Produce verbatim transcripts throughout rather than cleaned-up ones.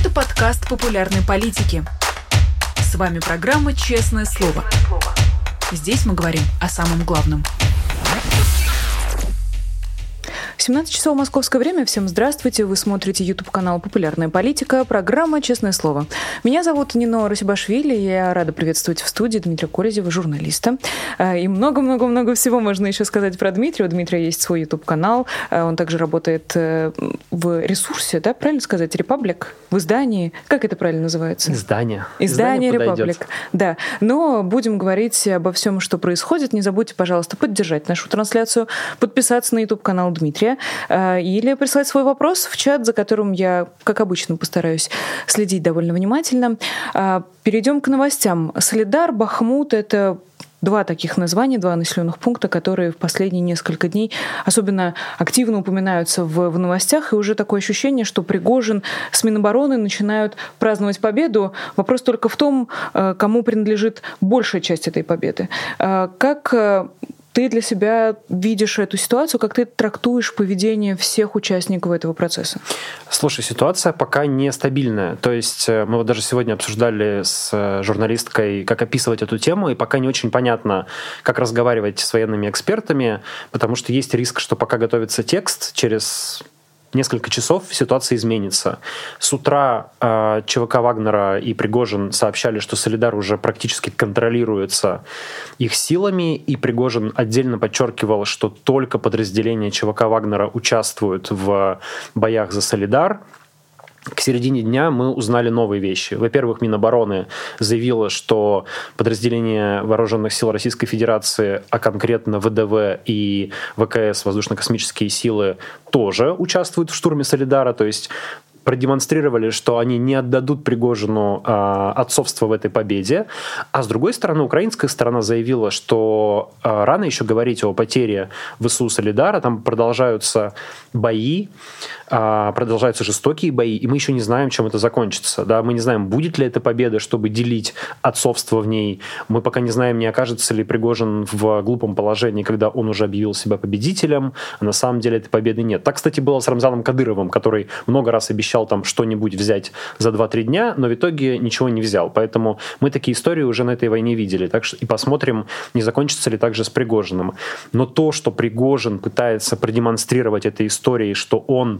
Это подкаст популярной политики. С вами программа «Честное слово». Здесь мы говорим о самом главном. семнадцать часов московское время. Всем здравствуйте. Вы смотрите YouTube-канал «Популярная политика», программа «Честное слово». Меня зовут Нино Расибашвили. Я рада приветствовать в студии Дмитрия Корезева, журналиста. И много-много-много всего можно еще сказать про Дмитрия. У Дмитрия есть свой YouTube-канал. Он также работает в ресурсе, да, правильно сказать, «Репаблик», в издании. Как это правильно называется? Издание. Издание «Репаблик». Да. Но будем говорить обо всем, что происходит. Не забудьте, пожалуйста, поддержать нашу трансляцию, подписаться на YouTube-канал Дмитрия или прислать свой вопрос в чат, за которым я, как обычно, постараюсь следить довольно внимательно. Перейдем к новостям. Солидар, Бахмут — это два таких названия, два населенных пункта, которые в последние несколько дней особенно активно упоминаются в, в новостях, и уже такое ощущение, что Пригожин с Минобороны начинают праздновать победу. Вопрос только в том, кому принадлежит большая часть этой победы. Как ты для себя видишь эту ситуацию, как ты трактуешь поведение всех участников этого процесса? Слушай, ситуация пока нестабильная. То есть мы вот даже сегодня обсуждали с журналисткой, как описывать эту тему, и пока не очень понятно, как разговаривать с военными экспертами, потому что есть риск, что пока готовится текст, через несколько часов ситуация изменится. С утра э, ЧВК Вагнера и Пригожин сообщали, что Солидар уже практически контролируется их силами, и Пригожин отдельно подчеркивал, что только подразделения ЧВК Вагнера участвуют в боях за Солидар. К середине дня мы узнали новые вещи. Во-первых, Минобороны заявила, что подразделения Вооруженных сил Российской Федерации, а конкретно ВДВ и ВКС, Воздушно-космические силы, тоже участвуют в штурме Солидара, то есть продемонстрировали, что они не отдадут Пригожину э, отцовство в этой победе. А с другой стороны, украинская сторона заявила, что э, рано еще говорить о потере ВСУ Солидара, там продолжаются бои, э, продолжаются жестокие бои, и мы еще не знаем, чем это закончится. Да? Мы не знаем, будет ли это победа, чтобы делить отцовство в ней. Мы пока не знаем, не окажется ли Пригожин в глупом положении, когда он уже объявил себя победителем, а на самом деле этой победы нет. Так, кстати, было с Рамзаном Кадыровым, который много раз обещал там что-нибудь взять за два-три дня, но в итоге ничего не взял. Поэтому мы такие истории уже на этой войне видели. Так что и посмотрим, не закончится ли также с Пригожиным. Но то, что Пригожин пытается продемонстрировать этой историей, что он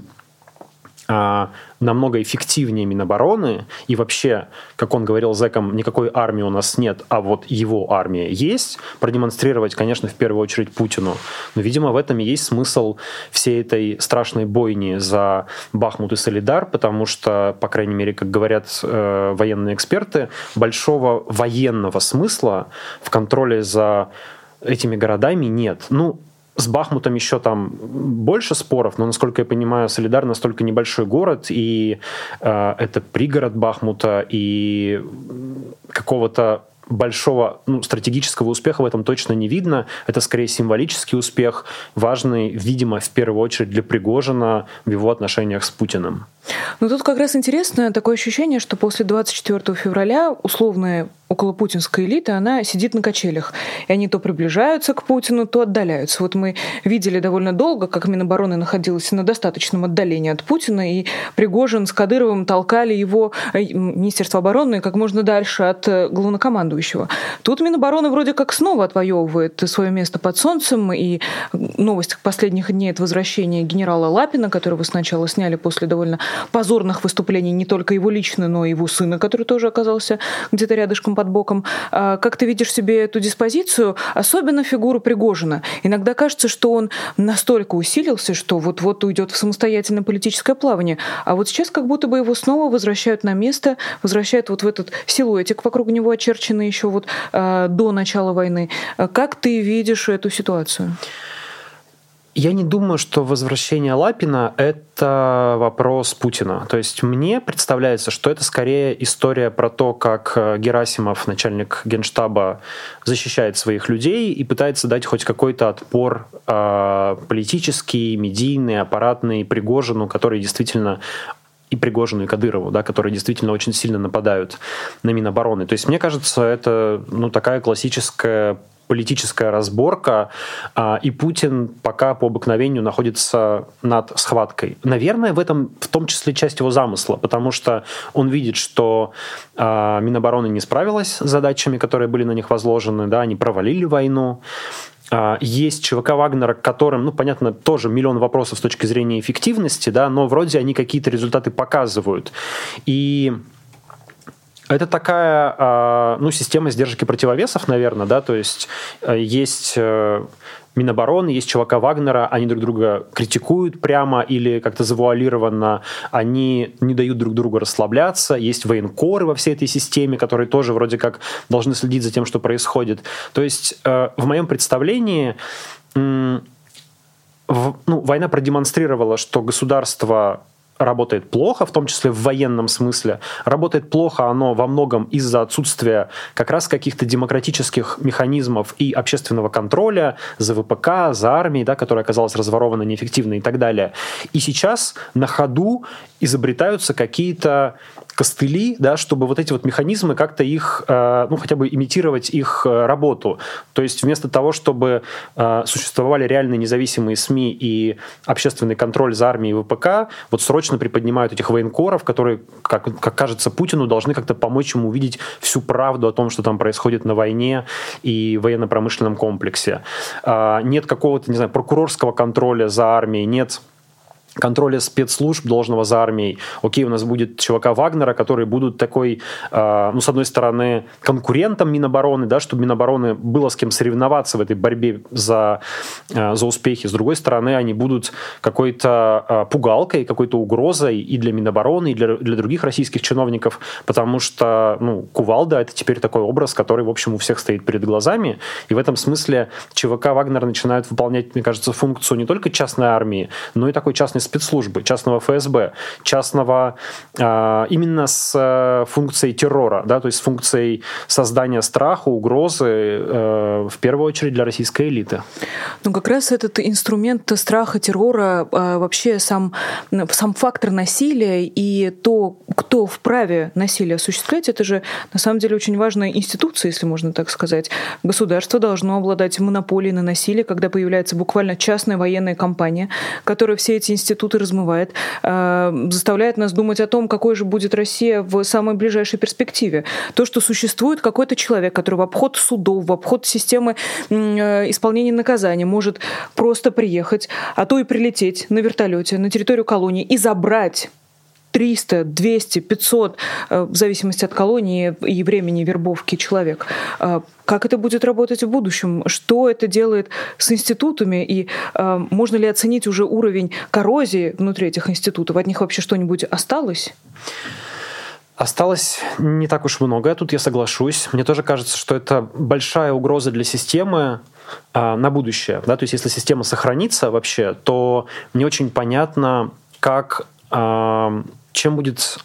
а, намного эффективнее Минобороны, и вообще, как он говорил зэкам, никакой армии у нас нет, а вот его армия есть, продемонстрировать, конечно, в первую очередь Путину. Но, видимо, в этом и есть смысл всей этой страшной бойни за Бахмут и Солидар, потому что, по крайней мере, как говорят э, военные эксперты, большого военного смысла в контроле за этими городами нет. Ну, с Бахмутом еще там больше споров, но, насколько я понимаю, Солидар настолько небольшой город, и э, это пригород Бахмута, и какого-то большого ну, стратегического успеха в этом точно не видно. Это скорее символический успех, важный, видимо, в первую очередь для Пригожина в его отношениях с Путиным. Ну тут как раз интересно такое ощущение, что после двадцать четвёртого февраля условная околопутинская элита, она сидит на качелях. И они то приближаются к Путину, то отдаляются. Вот мы видели довольно долго, как Минобороны находилась на достаточном отдалении от Путина, и Пригожин с Кадыровым толкали его, Министерство обороны, как можно дальше от главнокомандующего. Тут Минобороны вроде как снова отвоевывает свое место под солнцем, и новость последних дней — это возвращение генерала Лапина, которого сначала сняли после довольно позорных выступлений не только его лично, но и его сына, который тоже оказался где-то рядышком под боком. Как ты видишь себе эту диспозицию, особенно фигуру Пригожина? Иногда кажется, что он настолько усилился, что вот-вот уйдет в самостоятельное политическое плавание. А вот сейчас как будто бы его снова возвращают на место, возвращают вот в этот силуэтик вокруг него, очерченный еще вот до начала войны. Как ты видишь эту ситуацию? Я не думаю, что возвращение Лапина — это вопрос Путина. То есть мне представляется, что это скорее история про то, как Герасимов, начальник Генштаба, защищает своих людей и пытается дать хоть какой-то отпор э, политический, медийный, аппаратный Пригожину, который действительно и Пригожину, и Кадырову, да, которые действительно очень сильно нападают на Минобороны. То есть мне кажется, это ну, такая классическая политическая разборка, и Путин пока по обыкновению находится над схваткой. Наверное, в этом в том числе часть его замысла, потому что он видит, что Минобороны не справилась с задачами, которые были на них возложены, да, они провалили войну. Есть ЧВК Вагнера, к которым, ну, понятно, тоже миллион вопросов с точки зрения эффективности, да, но вроде они какие-то результаты показывают. И это такая, ну, система сдержек и противовесов, наверное, да, то есть есть Минобороны, есть ЧВК Вагнера, они друг друга критикуют прямо или как-то завуалированно, они не дают друг другу расслабляться, есть военкоры во всей этой системе, которые тоже вроде как должны следить за тем, что происходит. То есть в моем представлении ну, война продемонстрировала, что государство работает плохо, в том числе в военном смысле. Работает плохо оно во многом из-за отсутствия как раз каких-то демократических механизмов и общественного контроля за ВПК, за армией, да, которая оказалась разворована неэффективно и так далее. И сейчас на ходу изобретаются какие-то костыли, да, чтобы вот эти вот механизмы как-то их, э, ну, хотя бы имитировать их э, работу. То есть вместо того, чтобы э, существовали реальные независимые СМИ и общественный контроль за армией и ВПК, вот срочно приподнимают этих военкоров, которые, как, как кажется Путину, должны как-то помочь ему увидеть всю правду о том, что там происходит на войне и военно-промышленном комплексе. Э, нет какого-то, не знаю, прокурорского контроля за армией, нет контроля спецслужб должного за армией. Окей, у нас будет ЧВК Вагнера, которые будут такой, э, ну, с одной стороны, конкурентом Минобороны, да, чтобы Минобороны было с кем соревноваться в этой борьбе за, э, за успехи. С другой стороны, они будут какой-то э, пугалкой, какой-то угрозой и для Минобороны, и для, для других российских чиновников, потому что, ну, кувалда — это теперь такой образ, который, в общем, у всех стоит перед глазами. И в этом смысле ЧВК Вагнер начинает выполнять, мне кажется, функцию не только частной армии, но и такой частной спецслужбы, частного ФСБ, частного э, именно с э, функцией террора, да, то есть с функцией создания страха, угрозы, э, в первую очередь для российской элиты. Ну, как раз этот инструмент страха, террора, э, вообще сам, сам фактор насилия и то, кто вправе насилие осуществлять, это же на самом деле очень важная институция, если можно так сказать. Государство должно обладать монополией на насилие, когда появляется буквально частная военная компания, которая все эти институты размывает, заставляет нас думать о том, какой же будет Россия в самой ближайшей перспективе. То, что существует какой-то человек, который в обход судов, в обход системы исполнения наказания может просто приехать, а то и прилететь на вертолете на территорию колонии и забрать триста, двести, пятьсот, в зависимости от колонии и времени вербовки человек. Как это будет работать в будущем? Что это делает с институтами? И э, можно ли оценить уже уровень коррозии внутри этих институтов? От них вообще что-нибудь осталось? Осталось не так уж много, тут я соглашусь. Мне тоже кажется, что это большая угроза для системы э, на будущее. Да? То есть если система сохранится вообще, то не очень понятно, как, э, чем будет,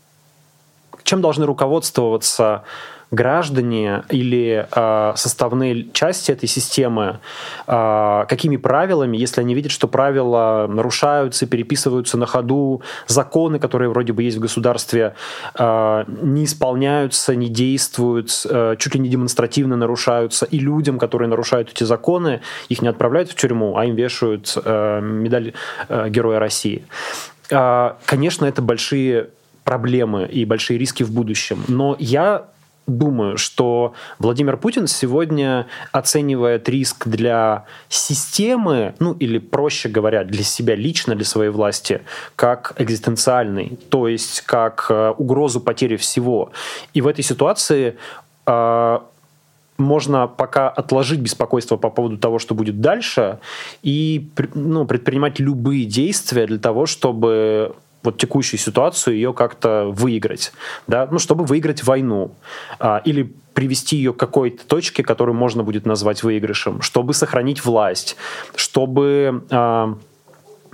чем должны руководствоваться граждане или э, составные части этой системы, э, какими правилами, если они видят, что правила нарушаются, переписываются на ходу, законы, которые вроде бы есть в государстве, э, не исполняются, не действуют, э, чуть ли не демонстративно нарушаются, и людям, которые нарушают эти законы, их не отправляют в тюрьму, а им вешают э, медаль э, Героя России. Э, конечно, это большие проблемы и большие риски в будущем, но я думаю, что Владимир Путин сегодня оценивает риск для системы, ну или, проще говоря, для себя лично, для своей власти, как экзистенциальный, то есть как э, угрозу потери всего. И в этой ситуации э, можно пока отложить беспокойство по поводу того, что будет дальше, и ну, предпринимать любые действия для того, чтобы вот текущую ситуацию, ее как-то выиграть, да, ну, чтобы выиграть войну, а, или привести ее к какой-то точке, которую можно будет назвать выигрышем, чтобы сохранить власть, чтобы а,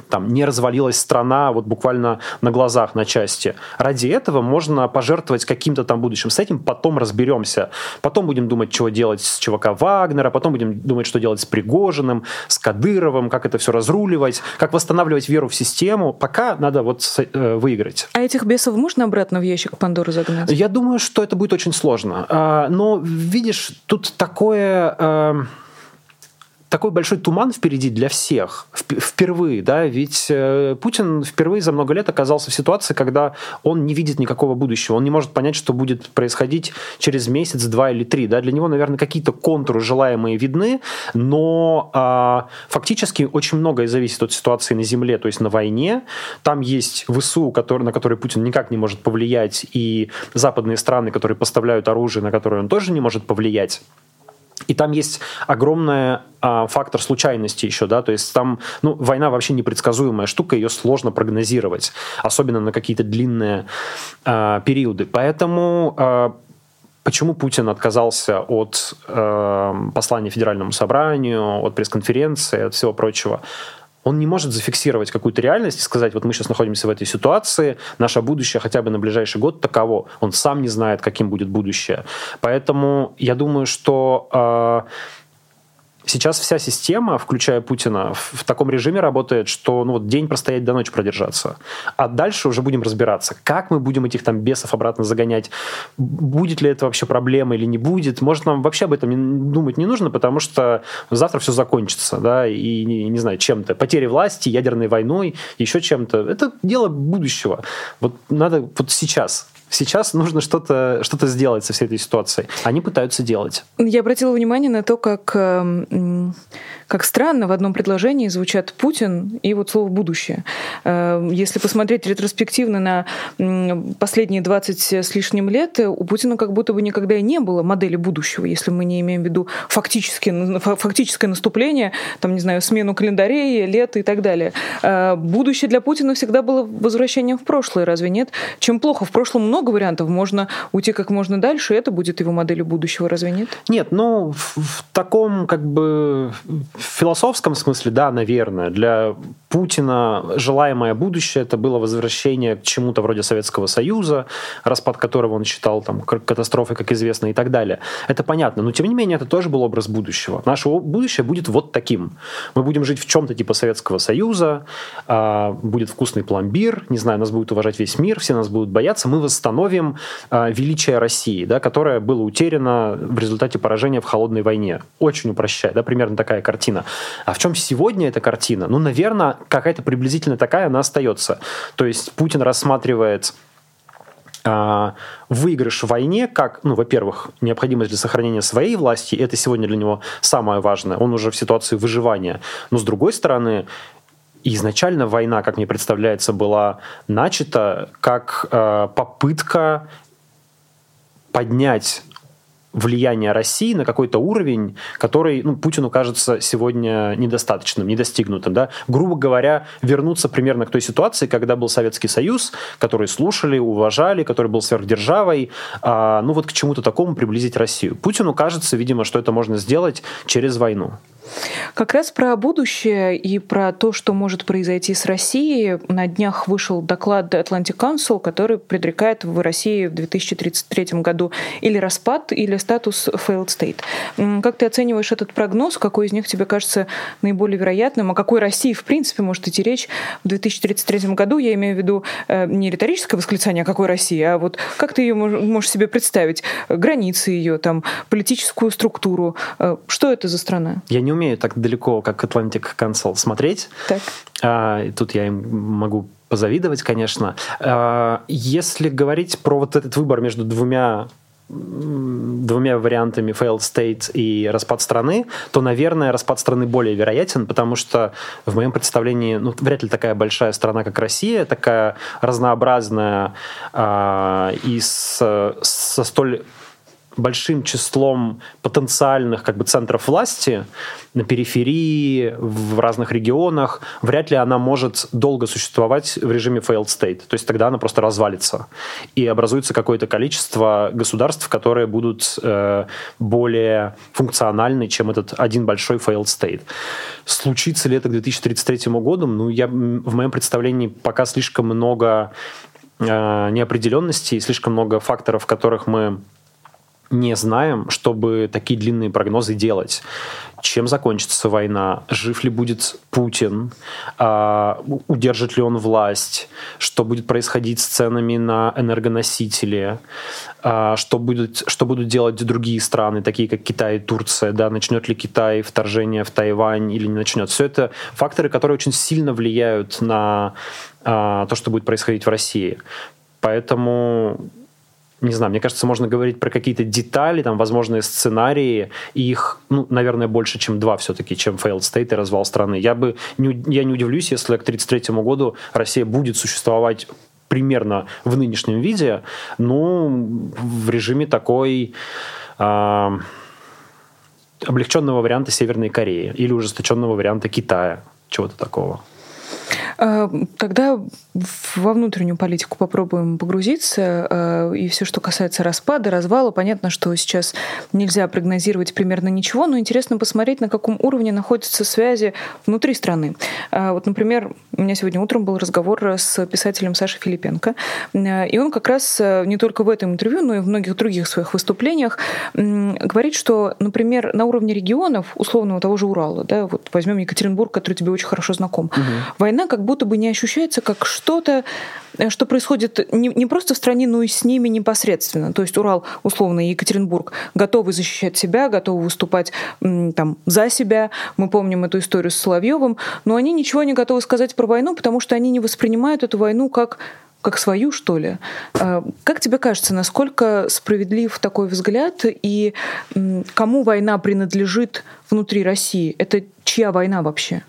там не развалилась страна вот буквально на глазах на части. Ради этого можно пожертвовать каким-то там будущим. С этим потом разберемся. Потом будем думать, что делать с ЧВК Вагнера, потом будем думать, что делать с Пригожиным, с Кадыровым, как это все разруливать, как восстанавливать веру в систему. Пока надо вот э, выиграть. А этих бесов можно обратно в ящик Пандоры загнать? Я думаю, что это будет очень сложно. А, но, видишь, тут такое... А... такой большой туман впереди для всех. Впервые, да, ведь Путин впервые за много лет оказался в ситуации, когда он не видит никакого будущего. Он не может понять, что будет происходить через месяц, два или три. Да. Для него, наверное, какие-то контуры желаемые видны, но а, фактически очень многое зависит от ситуации на земле, то есть на войне. Там есть ВСУ, который, на который Путин никак не может повлиять, и западные страны, которые поставляют оружие, на которые он тоже не может повлиять. И там есть огромный а, фактор случайности еще, да, то есть там, ну, война вообще непредсказуемая штука, ее сложно прогнозировать, особенно на какие-то длинные а, периоды. Поэтому а, почему Путин отказался от а, послания Федеральному собранию, от пресс-конференции, от всего прочего? Он не может зафиксировать какую-то реальность и сказать, вот мы сейчас находимся в этой ситуации, наше будущее хотя бы на ближайший год таково. Он сам не знает, каким будет будущее. Поэтому я думаю, что э, сейчас вся система, включая Путина, в, в таком режиме работает, что ну, вот день простоять до ночи продержаться. А дальше уже будем разбираться, как мы будем этих там бесов обратно загонять, будет ли это вообще проблема или не будет. Может, нам вообще об этом думать не нужно, потому что завтра все закончится, да, и, не, не знаю, чем-то. Потерей власти, ядерной войной, еще чем-то. Это дело будущего. Вот надо вот сейчас... Сейчас нужно что-то, что-то сделать со всей этой ситуацией. Они пытаются делать. Я обратила внимание на то, как, как странно в одном предложении звучат Путин и вот слово «будущее». Если посмотреть ретроспективно на последние двадцать с лишним лет, у Путина как будто бы никогда и не было модели будущего, если мы не имеем в виду фактически, фактическое наступление, там, не знаю, смену календарей, лет и так далее. Будущее для Путина всегда было возвращением в прошлое, разве нет? Чем плохо? В прошлом много много вариантов. Можно уйти как можно дальше, и это будет его моделью будущего, разве нет? Нет, ну, в, в таком, как бы, в философском смысле, да, наверное. Для Путина желаемое будущее — это было возвращение к чему-то вроде Советского Союза, распад которого он считал там катастрофой, как известно, и так далее. Это понятно. Но, тем не менее, это тоже был образ будущего. Наше будущее будет вот таким. Мы будем жить в чем-то типа Советского Союза, будет вкусный пломбир, не знаю, нас будет уважать весь мир, все нас будут бояться, мы восстановим Становим э, величие России, да, которое было утеряно в результате поражения в холодной войне. Очень упрощая, да, примерно такая картина. А в чем сегодня эта картина? Ну, наверное, какая-то приблизительно такая она остается. То есть Путин рассматривает э, выигрыш в войне как, ну, во-первых, необходимость для сохранения своей власти, это сегодня для него самое важное. Он уже в ситуации выживания. Но, с другой стороны, и изначально война, как мне представляется, была начата как э, попытка поднять влияние России на какой-то уровень, который, ну, Путину кажется сегодня недостаточным, недостигнутым. Да? Грубо говоря, вернуться примерно к той ситуации, когда был Советский Союз, который слушали, уважали, который был сверхдержавой, а, ну вот к чему-то такому приблизить Россию. Путину кажется, видимо, что это можно сделать через войну. Как раз про будущее и про то, что может произойти с Россией, на днях вышел доклад Atlantic Council, который предрекает в России в две тысячи тридцать третьем году или распад, или статус failed state. Как ты оцениваешь этот прогноз? Какой из них тебе кажется наиболее вероятным? О какой России, в принципе, может идти речь в две тысячи тридцать третьем году? Я имею в виду не риторическое восклицание «о какой России», а вот как ты ее можешь себе представить? Границы ее, там, политическую структуру. Что это за страна? Я не умею так далеко, как Atlantic Council, смотреть. Так. А, и тут я им могу позавидовать, конечно. А, если говорить про вот этот выбор между двумя двумя вариантами failed state и распад страны, то, наверное, распад страны более вероятен, потому что в моем представлении, ну, вряд ли такая большая страна, как Россия, такая разнообразная э, и с, со столь большим числом потенциальных как бы центров власти на периферии, в разных регионах, вряд ли она может долго существовать в режиме failed state. То есть тогда она просто развалится. И образуется какое-то количество государств, которые будут э, более функциональны, чем этот один большой failed state. Случится ли это к две тысячи тридцать третьему году? Ну, я, в моем представлении пока слишком много э, неопределенностей, слишком много факторов, которых мы не знаем, чтобы такие длинные прогнозы делать. Чем закончится война? Жив ли будет Путин? А, удержит ли он власть? Что будет происходить с ценами на энергоносители? А, что, будет, что будут делать другие страны, такие как Китай и Турция? Да? Начнет ли Китай вторжение в Тайвань или не начнет? Все это факторы, которые очень сильно влияют на а, то, что будет происходить в России. Поэтому... Не знаю, мне кажется, можно говорить про какие-то детали, там, возможные сценарии, и их, ну, наверное, больше, чем два все-таки, чем failed state и развал страны. Я бы не, я не удивлюсь, если к тридцать третьему году Россия будет существовать примерно в нынешнем виде, ну, в режиме такой э, облегченного варианта Северной Кореи или ужесточенного варианта Китая, чего-то такого. Тогда во внутреннюю политику попробуем погрузиться. И все, что касается распада, развала, понятно, что сейчас нельзя прогнозировать примерно ничего, но интересно посмотреть, на каком уровне находятся связи внутри страны. Вот, например, у меня сегодня утром был разговор с писателем Сашей Филипенко, и он как раз не только в этом интервью, но и в многих других своих выступлениях говорит, что, например, на уровне регионов, условного того же Урала, да, вот возьмем Екатеринбург, который тебе очень хорошо знаком, угу. Война как будто бы не ощущается как что-то, что происходит не, не просто в стране, но и с ними непосредственно. То есть Урал, условно, и Екатеринбург готовы защищать себя, готовы выступать там, за себя. Мы помним эту историю с Соловьевым, но они ничего не готовы сказать про войну, потому что они не воспринимают эту войну как как свою, что ли. Как тебе кажется, насколько справедлив такой взгляд, и кому война принадлежит внутри России? Это чья война вообще?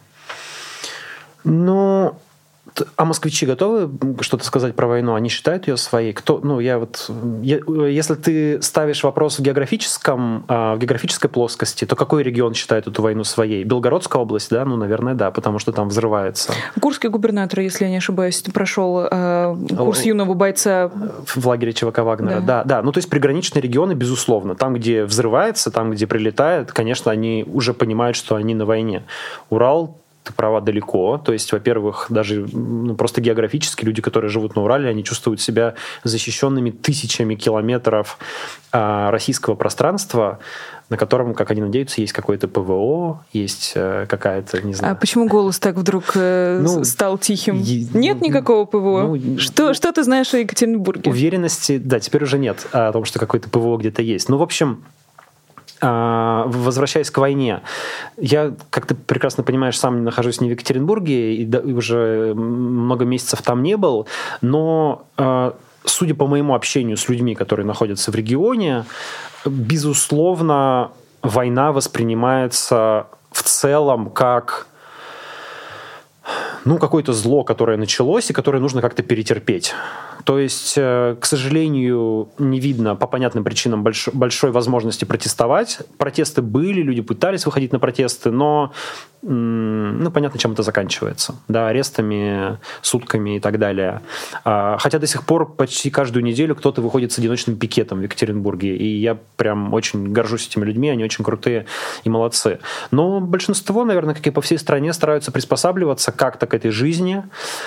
Ну, а москвичи готовы что-то сказать про войну? Они считают ее своей? Кто, ну, я вот, я, если ты ставишь вопрос в географическом, в географической плоскости, то какой регион считает эту войну своей? Белгородская область, да? Ну, наверное, да, потому что там взрывается. Курский губернатор, если я не ошибаюсь, прошел э, курс юного бойца. В лагере ЧВК Вагнера, да. да, да. Ну, то есть приграничные регионы, безусловно. Там, где взрывается, там, где прилетает, конечно, они уже понимают, что они на войне. Урал, ты права, далеко. То есть, во-первых, даже ну, просто географически люди, которые живут на Урале, они чувствуют себя защищенными тысячами километров э, российского пространства, на котором, как они надеются, есть какое-то ПВО, есть э, какая-то, не знаю... А почему голос так вдруг э, ну, стал тихим? Е- нет никакого ПВО? Ну, что, что ты знаешь о Екатеринбурге? Уверенности, да, теперь уже нет о том, что какое-то ПВО где-то есть. Ну, в общем... Возвращаясь к войне, я, как ты прекрасно понимаешь, сам нахожусь не в Екатеринбурге и уже много месяцев там не был, но, судя по моему общению с людьми, которые находятся в регионе, безусловно, война воспринимается в целом как ну, какое-то зло, которое началось и которое нужно как-то перетерпеть. То есть, к сожалению, не видно по понятным причинам больш- большой возможности протестовать. Протесты были, люди пытались выходить на протесты, но ну, понятно, чем это заканчивается. Да, арестами, сутками и так далее. Хотя до сих пор почти каждую неделю кто-то выходит с одиночным пикетом в Екатеринбурге. И я прям очень горжусь этими людьми, они очень крутые и молодцы. Но большинство, наверное, как и по всей стране, стараются приспосабливаться как-то к этой жизни.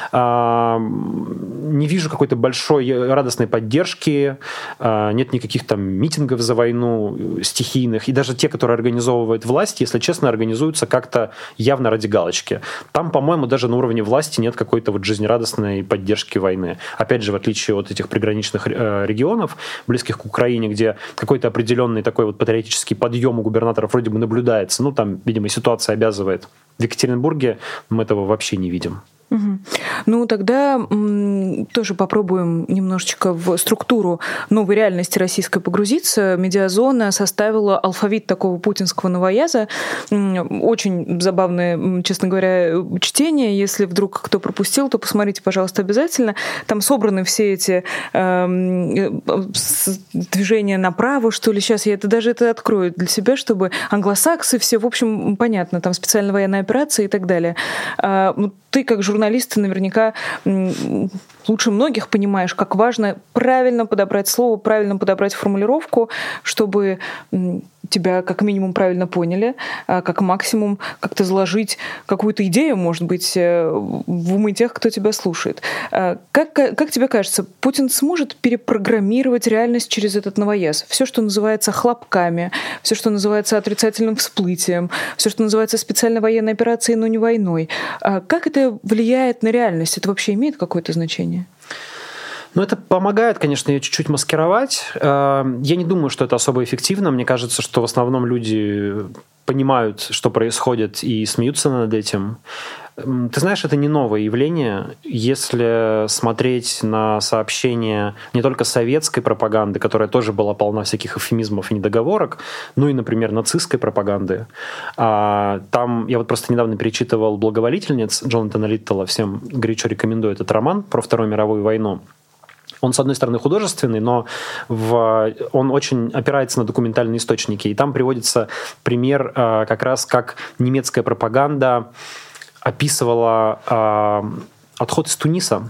Не вижу какой-то большой радостной поддержки, нет никаких там митингов за войну стихийных. И даже те, которые организовывают власть, если честно, организуются как-то явно ради галочки. Там, по-моему, даже на уровне власти нет какой-то вот жизнерадостной поддержки войны. Опять же, в отличие от этих приграничных регионов, близких к Украине, где какой-то определенный такой вот патриотический подъем у губернаторов вроде бы наблюдается. Ну, там, видимо, ситуация обязывает. В Екатеринбурге мы этого вообще не видим. Угу. Ну, тогда м, тоже попробуем немножечко в структуру новой реальности российской погрузиться. Медиазона составила алфавит такого путинского новояза. Очень забавное, честно говоря, чтение. Если вдруг кто пропустил, то посмотрите, пожалуйста, обязательно. Там собраны все эти э, движения направо, что ли. Сейчас я это даже это открою для себя, чтобы англосаксы все, в общем, понятно, там специальная военная операция и так далее. Ты, как журналист, наверняка лучше многих понимаешь, как важно правильно подобрать слово, правильно подобрать формулировку, чтобы тебя как минимум правильно поняли, как максимум как-то заложить какую-то идею, может быть, в умы тех, кто тебя слушает. Как, как тебе кажется, Путин сможет перепрограммировать реальность через этот новояз? Все, что называется хлопками, все, что называется отрицательным всплытием, все, что называется специальной военной операцией, но не войной. Как это влияет на реальность? Это вообще имеет какое-то значение? Ну, это помогает, конечно, ее чуть-чуть маскировать. Я не думаю, что это особо эффективно. Мне кажется, что в основном люди понимают, что происходит, и смеются над этим. Ты знаешь, это не новое явление. Если смотреть на сообщения не только советской пропаганды, которая тоже была полна всяких эвфемизмов и недоговорок, ну и, например, нацистской пропаганды. Там я вот просто недавно перечитывал «Благоволительниц» Джонатана Литтла. Всем горячо рекомендую этот роман про Вторую мировую войну. Он, с одной стороны, художественный, но в, он очень опирается на документальные источники. И там приводится пример э, как раз, как немецкая пропаганда описывала э, отход из Туниса.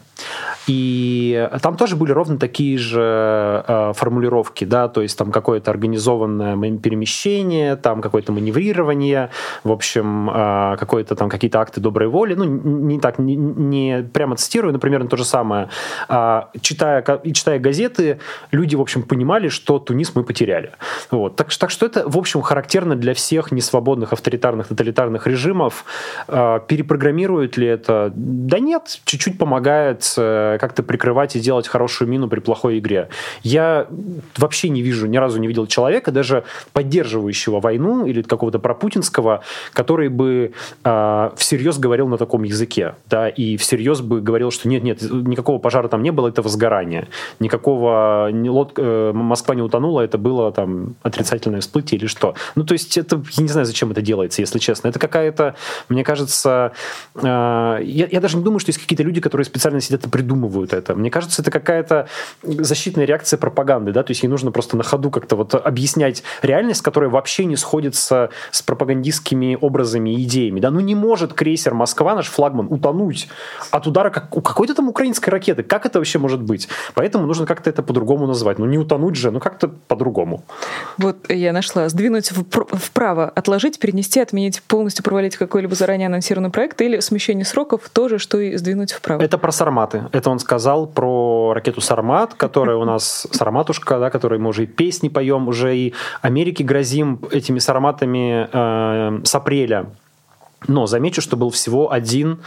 И там тоже были ровно такие же э, формулировки, да, то есть там какое-то организованное перемещение, там какое-то маневрирование, в общем, э, какое-то там какие-то акты доброй воли. Ну, не так, не, не прямо цитирую, но примерно то же самое. Э, читая, читая газеты, люди, в общем, понимали, что Тунис мы потеряли. Вот. Так, так что это, в общем, характерно для всех несвободных авторитарных, тоталитарных режимов. Э, перепрограммирует ли это? Да нет, чуть-чуть помогает как-то прикрывать и делать хорошую мину при плохой игре. Я вообще не вижу, ни разу не видел человека, даже поддерживающего войну или какого-то пропутинского, который бы э, всерьез говорил на таком языке, да, и всерьез бы говорил, что нет-нет, никакого пожара там не было, это возгорание. Никакого не, лод, э, Москва не утонула, это было там отрицательное всплытие или что. Ну, то есть это, я не знаю, зачем это делается, если честно. Это какая-то, мне кажется, э, я, я даже не думаю, что есть какие-то люди, которые специально сидят и придумывают это. Мне кажется, это какая-то защитная реакция пропаганды, да, то есть ей нужно просто на ходу как-то вот объяснять реальность, которая вообще не сходится с пропагандистскими образами и идеями, да, ну не может крейсер «Москва», наш флагман, утонуть от удара как, у какой-то там украинской ракеты, как это вообще может быть? Поэтому нужно как-то это по-другому назвать, ну не утонуть же, ну как-то по-другому. Вот я нашла, сдвинуть вправо, отложить, перенести, отменить, полностью провалить какой-либо заранее анонсированный проект или смещение сроков, то же, что и сдвинуть вправо. Это про «Сарматы». Это он сказал про ракету «Сармат», которая у нас «Сарматушка», да, которой мы уже и песни поем, уже и Америке грозим этими «Сарматами» э, с апреля. Но замечу, что был всего один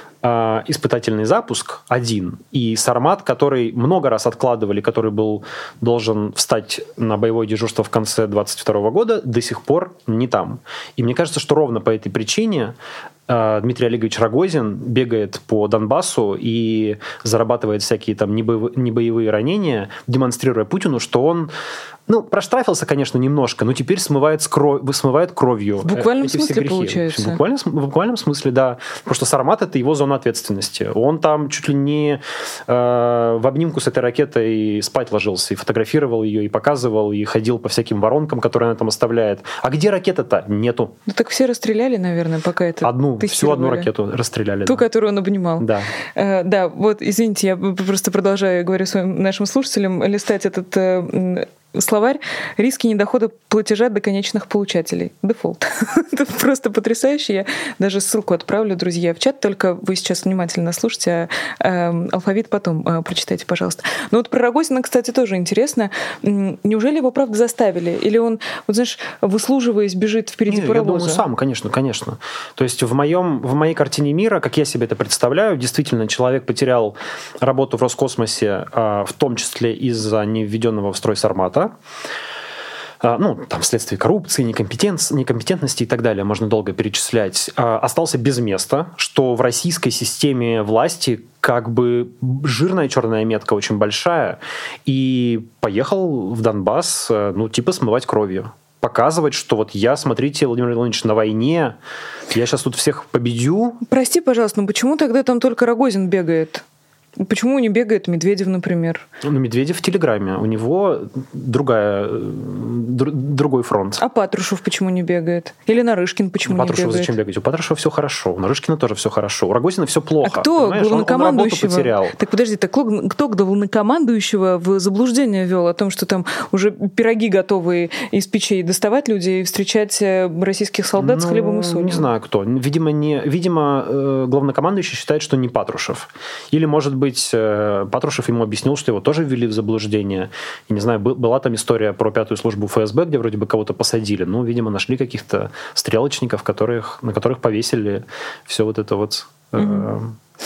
э, испытательный запуск, один. И «Сармат», который много раз откладывали, который был должен встать на боевое дежурство в конце двадцать второго года, до сих пор не там. И мне кажется, что ровно по этой причине Дмитрий Олегович Рогозин бегает по Донбассу и зарабатывает всякие там небоевые ранения, демонстрируя Путину, что он, ну, проштрафился, конечно, немножко, но теперь смывает, с кров... смывает кровью. В буквальном эти смысле, все грехи. получается? В буквальном, в буквальном смысле, да. Потому что «Сармат» — это его зона ответственности. Он там чуть ли не э, в обнимку с этой ракетой спать ложился, и фотографировал ее, и показывал, и ходил по всяким воронкам, которые она там оставляет. А где ракета-то? Нету. Ну так все расстреляли, наверное, пока это Одну, всю одну ракету расстреляли. Ту, да. которую он обнимал. Да. Э, да, вот, извините, я просто продолжаю, говорю своим нашим слушателям, листать этот э, словарь. Риски недохода платежа до конечных получателей. Дефолт. Это просто потрясающе. Я даже ссылку отправлю, друзья, в чат. Только вы сейчас внимательно слушайте, а э, алфавит потом э, прочитайте, пожалуйста. Но вот про Рогозина, кстати, тоже интересно. Неужели его, правда, заставили? Или он, вот знаешь, выслуживаясь, бежит впереди Не, паровоза? Я думаю, сам, конечно, конечно. То есть в, моем, в моей картине мира, как я себе это представляю, действительно, человек потерял работу в Роскосмосе, э, в том числе из-за невведенного в строй «Сармата». ну, там, вследствие коррупции, некомпетентности и так далее, можно долго перечислять, остался без места, что в российской системе власти как бы жирная черная метка очень большая, и поехал в Донбасс, ну, типа смывать кровью. Показывать, что вот я, смотрите, Владимир Владимирович, на войне, я сейчас тут всех победю. Прости, пожалуйста, но почему тогда там только Рогозин бегает? Почему не бегает Медведев, например? Ну, Медведев в Телеграме. У него другая, др, другой фронт. А Патрушев почему не бегает? Или Нарышкин почему Патрушев не бегает? Зачем бегать? У Патрушева все хорошо. У Нарышкина тоже все хорошо. У Рогозина все плохо. А кто главнокомандующего? Он, он потерял. Так подожди, так кто главнокомандующего в заблуждение вел о том, что там уже пироги готовы из печей доставать люди и встречать российских солдат ну, с хлебом и солью? Не знаю кто. Видимо, не, видимо, главнокомандующий считает, что не Патрушев. Или, может быть, Патрушев ему объяснил, что его тоже ввели в заблуждение. И, не знаю, была там история про пятую службу эф эс бэ, где вроде бы кого-то посадили. Ну, видимо, нашли каких-то стрелочников, которых, на которых повесили все вот это вот... Угу.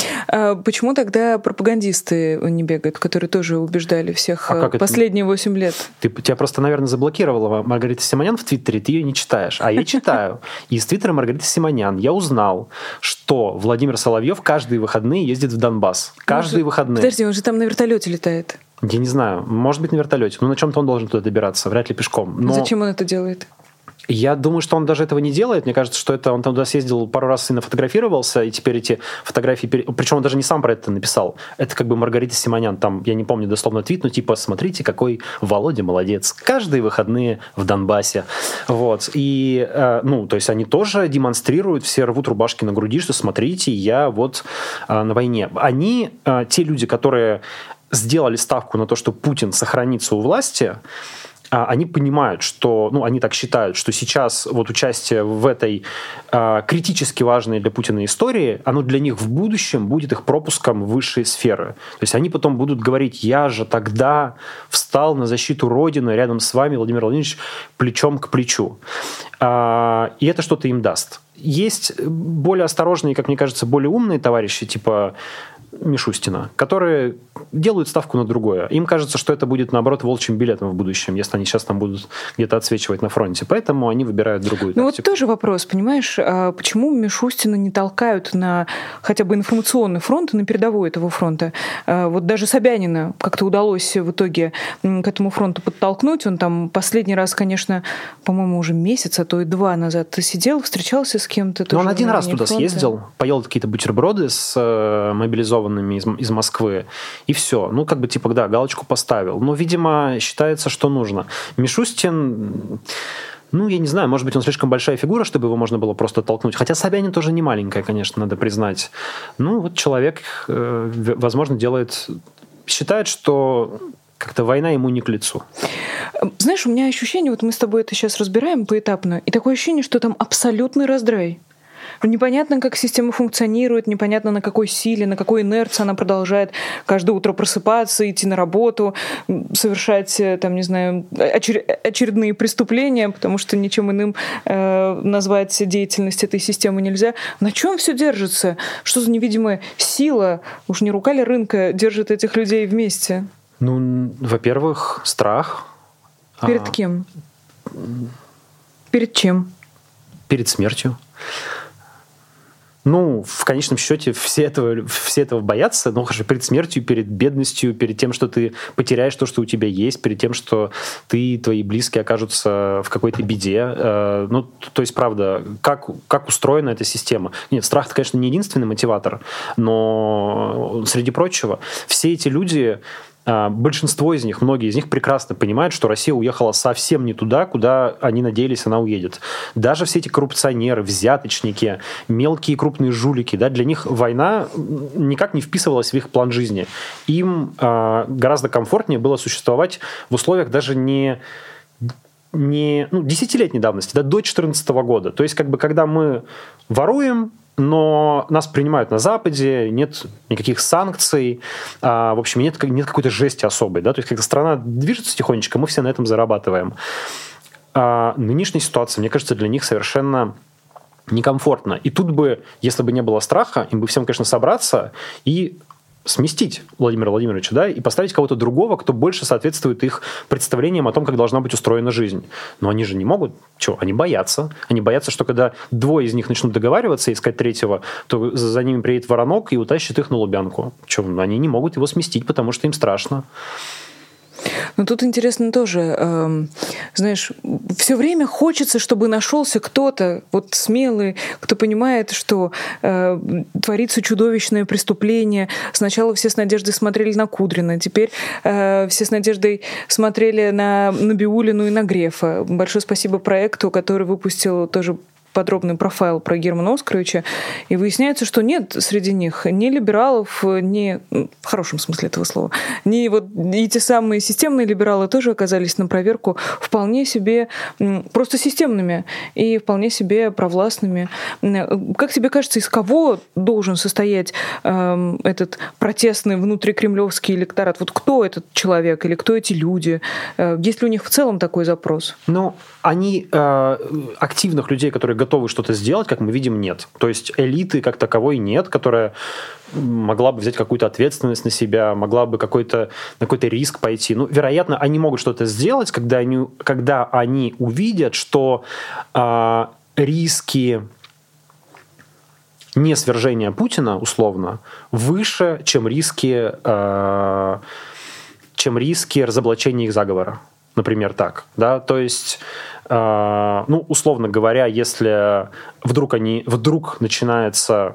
А почему тогда пропагандисты не бегают, которые тоже убеждали всех а последние восемь лет? Ты, тебя просто, наверное, заблокировала Маргарита Симонян в Твиттере, ты ее не читаешь. А я читаю. И из Твиттера Маргариты Симонян я узнал, что Владимир Соловьев каждые выходные ездит в Донбасс. Каждые выходные. Подожди, он же там на вертолете летает. Я не знаю. Может быть, на вертолете. Но на чем-то он должен туда добираться. Вряд ли пешком. Но... Зачем он это делает? Я думаю, что он даже этого не делает. Мне кажется, что это он там туда съездил пару раз и нафотографировался, и теперь эти фотографии... Причем он даже не сам про это написал. Это как бы Маргарита Симонян. Там, я не помню дословно твит, но типа, смотрите, какой Володя молодец. Каждые выходные в Донбассе. Вот. И, э, ну, то есть они тоже демонстрируют, все рвут рубашки на груди, что смотрите, я вот э, на войне. Они, э, те люди, которые сделали ставку на то, что Путин сохранится у власти, они понимают, что, ну, они так считают, что сейчас вот участие в этой э, критически важной для Путина истории, оно для них в будущем будет их пропуском в высшие сферы. То есть они потом будут говорить, я же тогда встал на защиту Родины рядом с вами, Владимир Владимирович, плечом к плечу. Э, и это что-то им даст. Есть более осторожные, как мне кажется, более умные товарищи, типа Мишустина, которые делают ставку на другое. Им кажется, что это будет, наоборот, волчьим билетом в будущем, если они сейчас там будут где-то отсвечивать на фронте. Поэтому они выбирают другую ну тактику. Вот тоже вопрос, понимаешь, а почему Мишустина не толкают на хотя бы информационный фронт, на передовой этого фронта? А вот даже Собянина как-то удалось в итоге к этому фронту подтолкнуть. Он там последний раз, конечно, по-моему, уже месяц, а то и два назад сидел, встречался с кем-то. Но он один раз туда фронта. съездил, поел какие-то бутерброды с э, мобилизованными из, из Москвы, и все. Ну, как бы, типа, да, галочку поставил. Но, видимо, считается, что нужно. Мишустин, ну, я не знаю, может быть, он слишком большая фигура, чтобы его можно было просто толкнуть. Хотя Собянин тоже не маленькая, конечно, надо признать. Ну, вот человек, э, возможно, делает... Считает, что как-то война ему не к лицу. Знаешь, у меня ощущение, вот мы с тобой это сейчас разбираем поэтапно, и такое ощущение, что там абсолютный раздрай. Непонятно, как система функционирует, непонятно, на какой силе, на какой инерции она продолжает каждое утро просыпаться, идти на работу, совершать, там, не знаю, очер- очередные преступления, потому что ничем иным э, назвать деятельность этой системы нельзя. На чем все держится? Что за невидимая сила, уж не рука ли рынка, держит этих людей вместе? Ну, во-первых, страх. Перед а... кем? Перед чем? Перед смертью. Ну, в конечном счете, все этого, все этого боятся, ну, хорошо, перед смертью, перед бедностью, перед тем, что ты потеряешь то, что у тебя есть, перед тем, что ты и твои близкие окажутся в какой-то беде. Ну, то есть, правда, как, как устроена эта система? Нет, страх, это, конечно, не единственный мотиватор, но, среди прочего, все эти люди... Большинство из них, многие из них прекрасно понимают, что Россия уехала совсем не туда, куда они надеялись, она уедет. Даже все эти коррупционеры, взяточники, мелкие и крупные жулики, да, для них война никак не вписывалась в их план жизни. Им э, гораздо комфортнее было существовать в условиях даже не... не ну, десятилетней давности, да, до две тысячи четырнадцатого года. То есть, как бы, когда мы воруем, но нас принимают на Западе, нет никаких санкций, а, в общем, нет, нет какой-то жести особой. Да? То есть, когда страна движется тихонечко, мы все на этом зарабатываем. А нынешняя ситуация, мне кажется, для них совершенно некомфортна. И тут бы, если бы не было страха, им бы всем, конечно, собраться и сместить Владимира Владимировича, да, и поставить кого-то другого, кто больше соответствует их представлениям о том, как должна быть устроена жизнь. Но они же не могут. Чего? Они боятся. Они боятся, что когда двое из них начнут договариваться и искать третьего, то за ними приедет воронок и утащит их на Лубянку. Чего? Они не могут его сместить, потому что им страшно. Но тут интересно тоже, э, знаешь, все время хочется, чтобы нашелся кто-то вот смелый, кто понимает, что э, творится чудовищное преступление. Сначала все с надеждой смотрели на Кудрина, теперь э, все с надеждой смотрели на Набиуллину и на Грефа. Большое спасибо проекту, который выпустил тоже подробный профайл про Германа Оскаровича, и выясняется, что нет среди них ни либералов, ни, в хорошем смысле этого слова, ни вот и те самые системные либералы тоже оказались на проверку вполне себе просто системными и вполне себе провластными. Как тебе кажется, из кого должен состоять э, этот протестный внутрикремлевский электорат? Вот кто этот человек или кто эти люди? Есть ли у них в целом такой запрос? Ну, они э, активных людей, которые готовы что-то сделать, как мы видим, нет. То есть элиты как таковой нет, которая могла бы взять какую-то ответственность на себя, могла бы какой-то, на какой-то риск пойти. Ну, вероятно, они могут что-то сделать, когда они, когда они увидят, что э, риски несвержения Путина, условно, выше, чем риски, э, чем риски разоблачения их заговора. Например, так. Да? То есть, э, ну, условно говоря, если вдруг, они, вдруг начинается,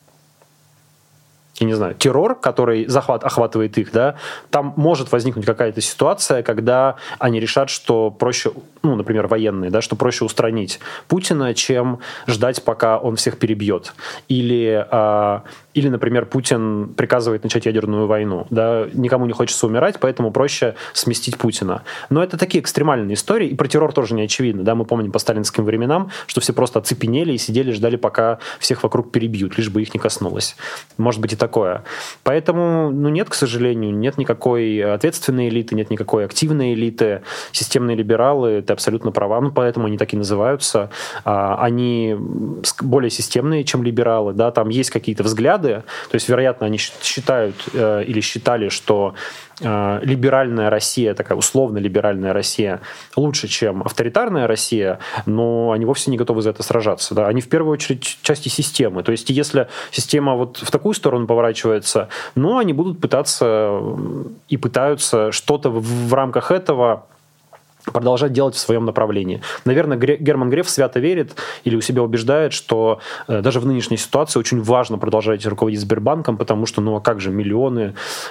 я не знаю, террор, который захват, охватывает их, да, там может возникнуть какая-то ситуация, когда они решат, что проще, ну, например, военные, да, что проще устранить Путина, чем ждать, пока он всех перебьет. Или, э, или, например, Путин приказывает начать ядерную войну. Да, никому не хочется умирать, поэтому проще сместить Путина. Но это такие экстремальные истории, и про террор тоже не очевидно. Да, мы помним по сталинским временам, что все просто оцепенели и сидели, ждали, пока всех вокруг перебьют, лишь бы их не коснулось. Может быть и такое. Поэтому, ну, нет, к сожалению, нет никакой ответственной элиты, нет никакой активной элиты. Системные либералы, ты абсолютно права, ну, поэтому они так и называются. Они более системные, чем либералы, да, там есть какие-то взгляды. То есть, вероятно, они считают э, или считали, что э, либеральная Россия, такая условно-либеральная Россия, лучше, чем авторитарная Россия, но они вовсе не готовы за это сражаться. Да? Они в первую очередь части системы. То есть, если система вот в такую сторону поворачивается, ну, они будут пытаться и пытаются что-то в, в рамках этого продолжать делать в своем направлении. Наверное, Герман Греф свято верит или у себя убеждает, что э, даже в нынешней ситуации очень важно продолжать руководить Сбербанком, потому что, ну а как же, миллионы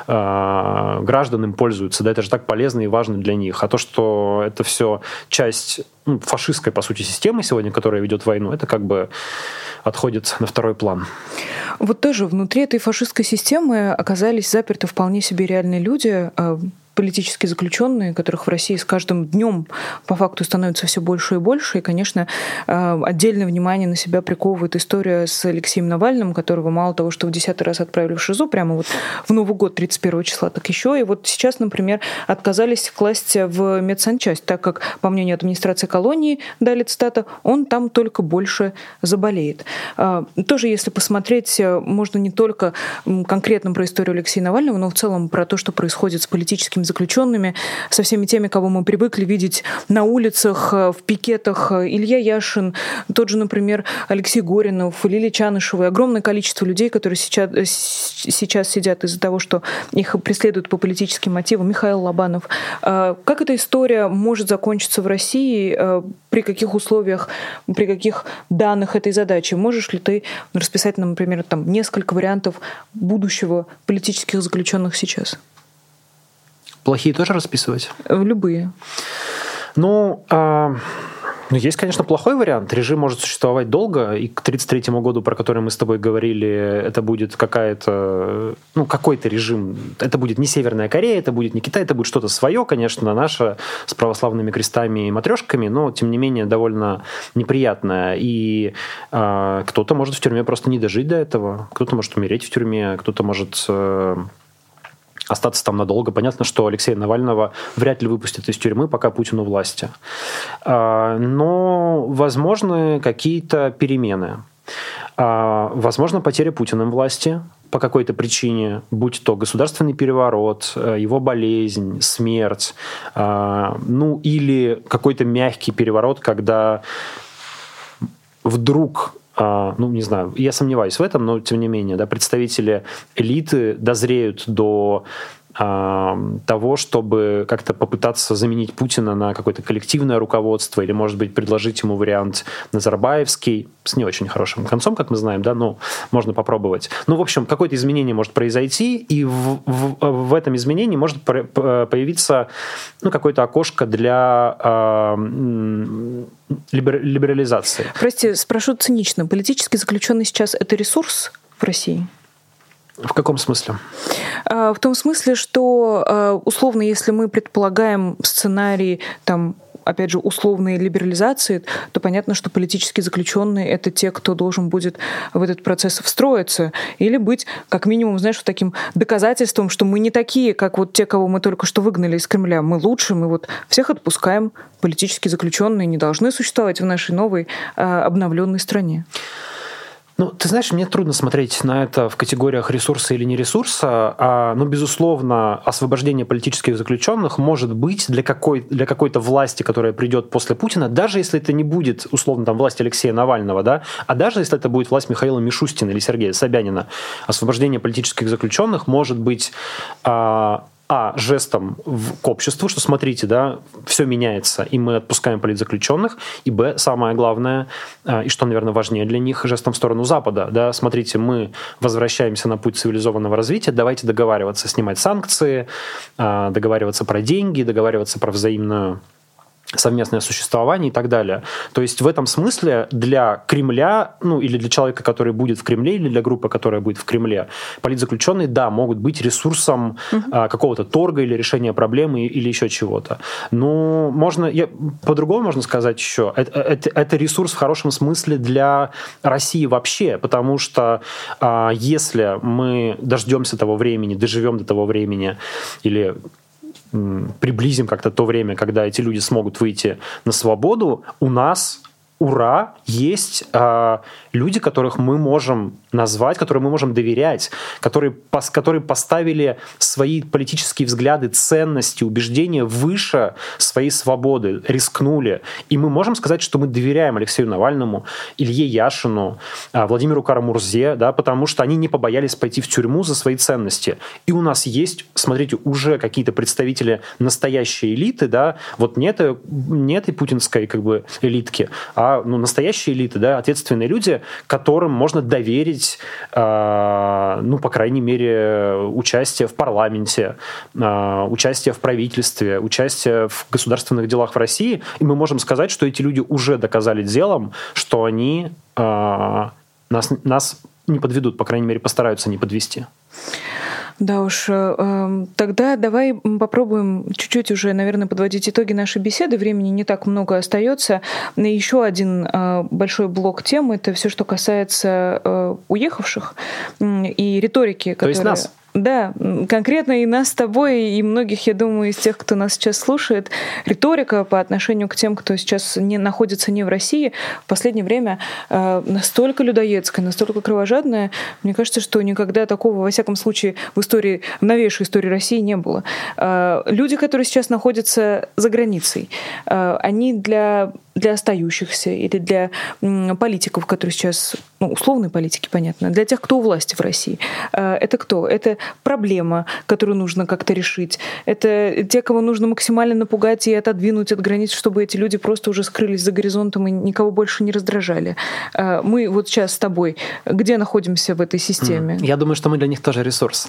э, граждан им пользуются, да, это же так полезно и важно для них. А то, что это все часть, ну, фашистской, по сути, системы сегодня, которая ведет войну, это как бы отходит на второй план. Вот тоже внутри этой фашистской системы оказались заперты вполне себе реальные люди, политические заключенные, которых в России с каждым днем по факту становится все больше и больше. И, конечно, отдельное внимание на себя приковывает история с Алексеем Навальным, которого мало того, что в десятый раз отправили в ШИЗО прямо вот в Новый год тридцать первого числа, так еще и вот сейчас, например, отказались класть в медсанчасть, так как, по мнению администрации колонии, дали цитата, он там только больше заболеет. Тоже, если посмотреть, можно не только конкретно про историю Алексея Навального, но в целом про то, что происходит с политическими заключенными, со всеми теми, кого мы привыкли видеть на улицах, в пикетах. Илья Яшин, тот же, например, Алексей Горинов, Лилия Чанышева, и огромное количество людей, которые сейчас, сейчас сидят из-за того, что их преследуют по политическим мотивам. Михаил Лобанов. Как эта история может закончиться в России? При каких условиях, при каких данных этой задачи? Можешь ли ты расписать нам, например, там, несколько вариантов будущего политических заключенных сейчас? Плохие тоже расписывать? Любые. Ну, э, ну, есть, конечно, плохой вариант. Режим может существовать долго, и к тридцать третьему году, про который мы с тобой говорили, это будет какая-то, ну, какой-то режим. Это будет не Северная Корея, это будет не Китай, это будет что-то свое, конечно, наше, с православными крестами и матрешками, но, тем не менее, довольно неприятное. И э, кто-то может в тюрьме просто не дожить до этого, кто-то может умереть в тюрьме, кто-то может... Э, остаться там надолго. Понятно, что Алексея Навального вряд ли выпустят из тюрьмы, пока Путин у власти. Но возможны какие-то перемены. Возможно, потеря Путиным власти, по какой-то причине, будь то государственный переворот, его болезнь, смерть, ну или какой-то мягкий переворот, когда вдруг, ну не знаю, я сомневаюсь в этом, но тем не менее, да, представители элиты дозреют до того, чтобы как-то попытаться заменить Путина на какое-то коллективное руководство или, может быть, предложить ему вариант назарбаевский с не очень хорошим концом, как мы знаем, да, но можно попробовать. Ну, в общем, какое-то изменение может произойти, и в, в, в этом изменении может появиться ну, какое-то окошко для э, либерализации. Прости, спрошу цинично. Политически заключенный сейчас — это ресурс в России? В каком смысле? В том смысле, что условно, если мы предполагаем сценарий там, опять же, условной либерализации, то понятно, что политические заключенные — это те, кто должен будет в этот процесс встроиться или быть, как минимум, знаешь, вот таким доказательством, что мы не такие, как вот те, кого мы только что выгнали из Кремля. Мы лучше, мы вот всех отпускаем. Политические заключенные не должны существовать в нашей новой обновленной стране. Ну, ты знаешь, мне трудно смотреть на это в категориях ресурса или не ресурса, а, ну, безусловно, освобождение политических заключенных может быть для, какой, для какой-то власти, которая придет после Путина, даже если это не будет, условно, там, власть Алексея Навального, да, а даже если это будет власть Михаила Мишустина или Сергея Собянина, освобождение политических заключенных может быть... А, А, жестом в, к обществу, что смотрите, да, все меняется, и мы отпускаем политзаключенных, и Б, самое главное, и что, наверное, важнее для них, жестом в сторону Запада, да, смотрите, мы возвращаемся на путь цивилизованного развития, давайте договариваться, снимать санкции, договариваться про деньги, договариваться про взаимную совместное существование и так далее. То есть в этом смысле для Кремля, ну или для человека, который будет в Кремле, или для группы, которая будет в Кремле, политзаключенные, да, могут быть ресурсом uh-huh. а, какого-то торга или решения проблемы или еще чего-то. Но можно, я, по-другому можно сказать еще, это, это, это ресурс в хорошем смысле для России вообще, потому что а, если мы дождемся того времени, доживем до того времени, или приблизим как-то то время, когда эти люди смогут выйти на свободу, у нас, ура, есть э, люди, которых мы можем назвать, которым мы можем доверять, которые, пос, которые поставили свои политические взгляды, ценности, убеждения выше своей свободы, рискнули. И мы можем сказать, что мы доверяем Алексею Навальному, Илье Яшину, э, Владимиру Кара-Мурзе, да, потому что они не побоялись пойти в тюрьму за свои ценности. И у нас есть, смотрите, уже какие-то представители настоящей элиты, да, вот не, это, не этой путинской как бы элитки, а ну, настоящие элиты, да, ответственные люди, которым можно доверить, э, ну, по крайней мере, участие в парламенте, э, участие в правительстве, участие в государственных делах в России. И мы можем сказать, что эти люди уже доказали делом, что они э, нас, нас не подведут, по крайней мере, постараются не подвести. Да уж, тогда давай попробуем чуть-чуть уже, наверное, подводить итоги нашей беседы. Времени не так много остается. Еще один большой блок тем — это все, что касается уехавших и риторики, которая... То есть нас? Да, конкретно и нас с тобой, и многих, я думаю, из тех, кто нас сейчас слушает, риторика по отношению к тем, кто сейчас не находится не в России, в последнее время э, настолько людоедская, настолько кровожадная, мне кажется, что никогда такого, во всяком случае, в истории, в новейшей истории России не было. Э, люди, которые сейчас находятся за границей, э, они для... для остающихся или для политиков, которые сейчас, ну, условные политики, понятно, для тех, кто у власти в России. Это кто? Это проблема, которую нужно как-то решить. Это те, кого нужно максимально напугать и отодвинуть от границ, чтобы эти люди просто уже скрылись за горизонтом и никого больше не раздражали. Мы вот сейчас с тобой где находимся в этой системе? Я думаю, что мы для них тоже ресурс.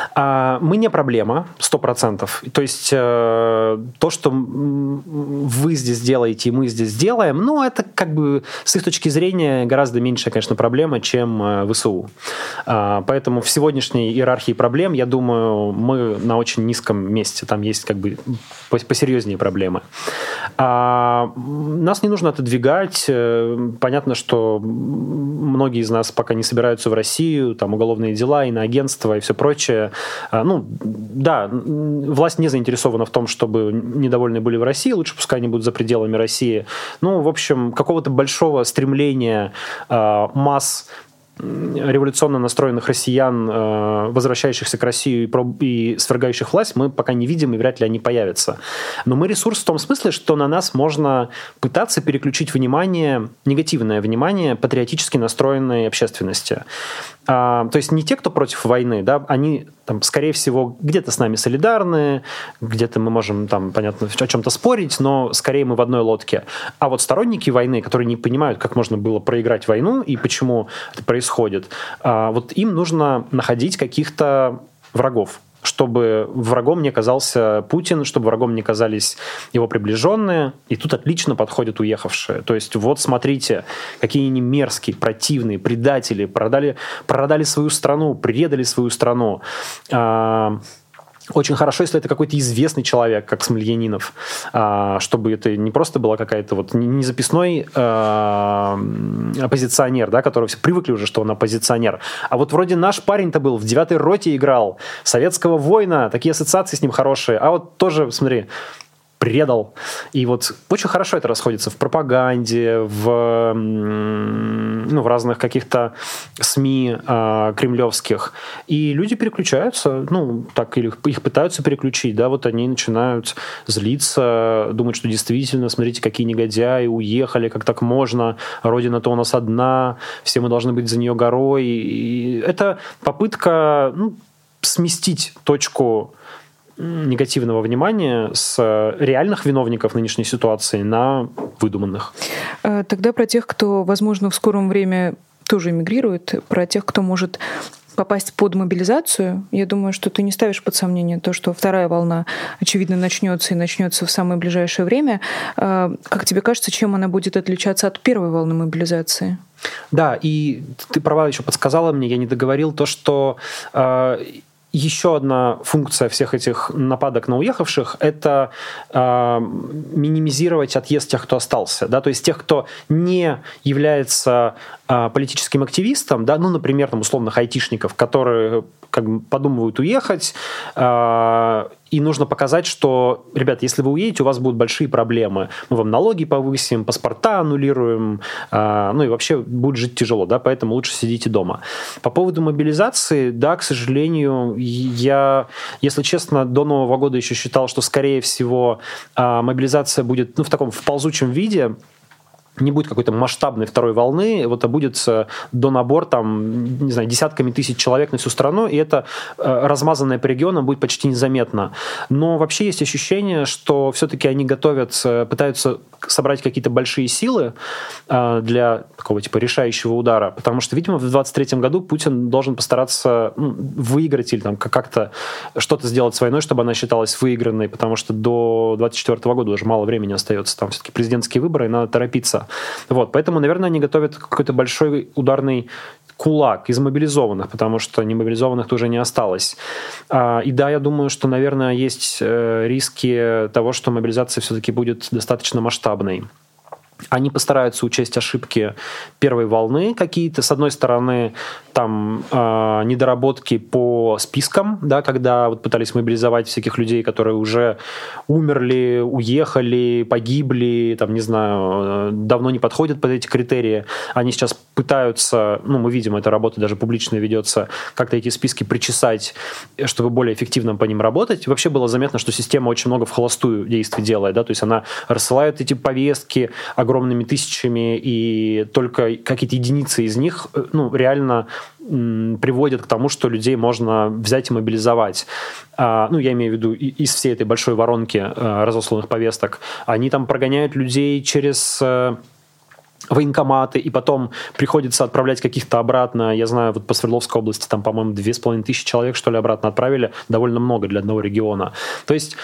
Мы не проблема, сто процентов. То есть то, что вы здесь делаете, и мы здесь сделаем, ну, это как бы с их точки зрения гораздо меньшая, конечно, проблема, чем ВСУ. Поэтому в сегодняшней иерархии проблем, я думаю, мы на очень низком месте. Там есть как бы посерьезнее проблемы. Нас не нужно отодвигать. Понятно, что многие из нас пока не собираются в Россию, там уголовные дела, иноагентство и все прочее. Ну, да, власть не заинтересована в том, чтобы недовольные были в России, лучше пускай они будут за пределами России. Ну, в общем, какого-то большого стремления э, масс революционно настроенных россиян, возвращающихся к России и свергающих власть, мы пока не видим, и вряд ли они появятся. Но мы ресурс в том смысле, что на нас можно пытаться переключить внимание, негативное внимание патриотически настроенной общественности. То есть не те, кто против войны, да, они, там, скорее всего, где-то с нами солидарны, где-то мы можем, там, понятно, о чем-то спорить, но скорее мы в одной лодке. А вот сторонники войны, которые не понимают, как можно было проиграть войну и почему это происходит, вот им нужно находить каких-то врагов, чтобы врагом не казался Путин, чтобы врагом не казались его приближенные. И тут отлично подходят уехавшие. То есть вот смотрите, какие они мерзкие, противные, предатели, продали, продали свою страну, предали свою страну. Очень хорошо, если это какой-то известный человек, как Смольянинов, чтобы это не просто была какая-то вот не записной оппозиционер, да, которого все привыкли уже, что он оппозиционер. А вот вроде наш парень-то был, в девятой роте играл, советского воина, такие ассоциации с ним хорошие. А вот тоже, смотри, предал. И вот очень хорошо это расходится в пропаганде, в, ну, в разных каких-то СМИ э, кремлевских. И люди переключаются, ну, так, или их пытаются переключить, да, вот они начинают злиться, думать, что действительно, смотрите, какие негодяи, уехали, как так можно, родина-то у нас одна, все мы должны быть за нее горой. И это попытка, ну, сместить точку негативного внимания с реальных виновников нынешней ситуации на выдуманных. Тогда про тех, кто, возможно, в скором времени тоже эмигрирует, про тех, кто может попасть под мобилизацию, я думаю, что ты не ставишь под сомнение то, что вторая волна, очевидно, начнется и начнется в самое ближайшее время. Как тебе кажется, чем она будет отличаться от первой волны мобилизации? Да, и ты права еще подсказала мне, я не договорил, то, что еще одна функция всех этих нападок на уехавших – это э, минимизировать отъезд тех, кто остался. Да? То есть тех, кто не является э, политическим активистом, да? Ну, например, там, условных айтишников, которые как бы подумывают уехать, э, и нужно показать, что, ребят, если вы уедете, у вас будут большие проблемы. Мы вам налоги повысим, паспорта аннулируем, э, ну и вообще будет жить тяжело, да, поэтому лучше сидите дома. По поводу мобилизации, да, к сожалению, я, если честно, до Нового года еще считал, что, скорее всего, э, мобилизация будет, ну, в таком в ползучем виде, не будет какой-то масштабной второй волны, вот, а будет донабор там, не знаю, десятками тысяч человек на всю страну, и это э, размазанное по регионам будет почти незаметно. Но вообще есть ощущение, что все-таки они готовят, пытаются собрать какие-то большие силы э, для такого типа решающего удара, потому что, видимо, в двадцать третьем году Путин должен постараться ну, выиграть или там, как-то что-то сделать с войной, чтобы она считалась выигранной, потому что до двадцать четвёртого года уже мало времени остается, там все-таки президентские выборы, и надо торопиться. Вот, поэтому, наверное, они готовят какой-то большой ударный кулак из мобилизованных, потому что немобилизованных уже не осталось. И да, я думаю, что, наверное, есть риски того, что мобилизация все-таки будет достаточно масштабной. Они постараются учесть ошибки первой волны какие-то. С одной стороны, там э, недоработки по спискам, да, когда вот пытались мобилизовать всяких людей, которые уже умерли, уехали, погибли, там, не знаю, давно не подходят под эти критерии. Они сейчас пытаются, ну, мы видим, эта работа даже публично ведется, как-то эти списки причесать, чтобы более эффективно по ним работать. Вообще было заметно, что система очень много в холостую действий делает, да, то есть она рассылает эти повестки огромными тысячами, и только какие-то единицы из них, ну, реально м, приводят к тому, что людей можно взять и мобилизовать. А, ну, я имею в виду из всей этой большой воронки а, разосланных повесток. Они там прогоняют людей через а, военкоматы, и потом приходится отправлять каких-то обратно. Я знаю, вот по Свердловской области там, по-моему, две с половиной тысячи человек, что ли, обратно отправили. Довольно много для одного региона. То есть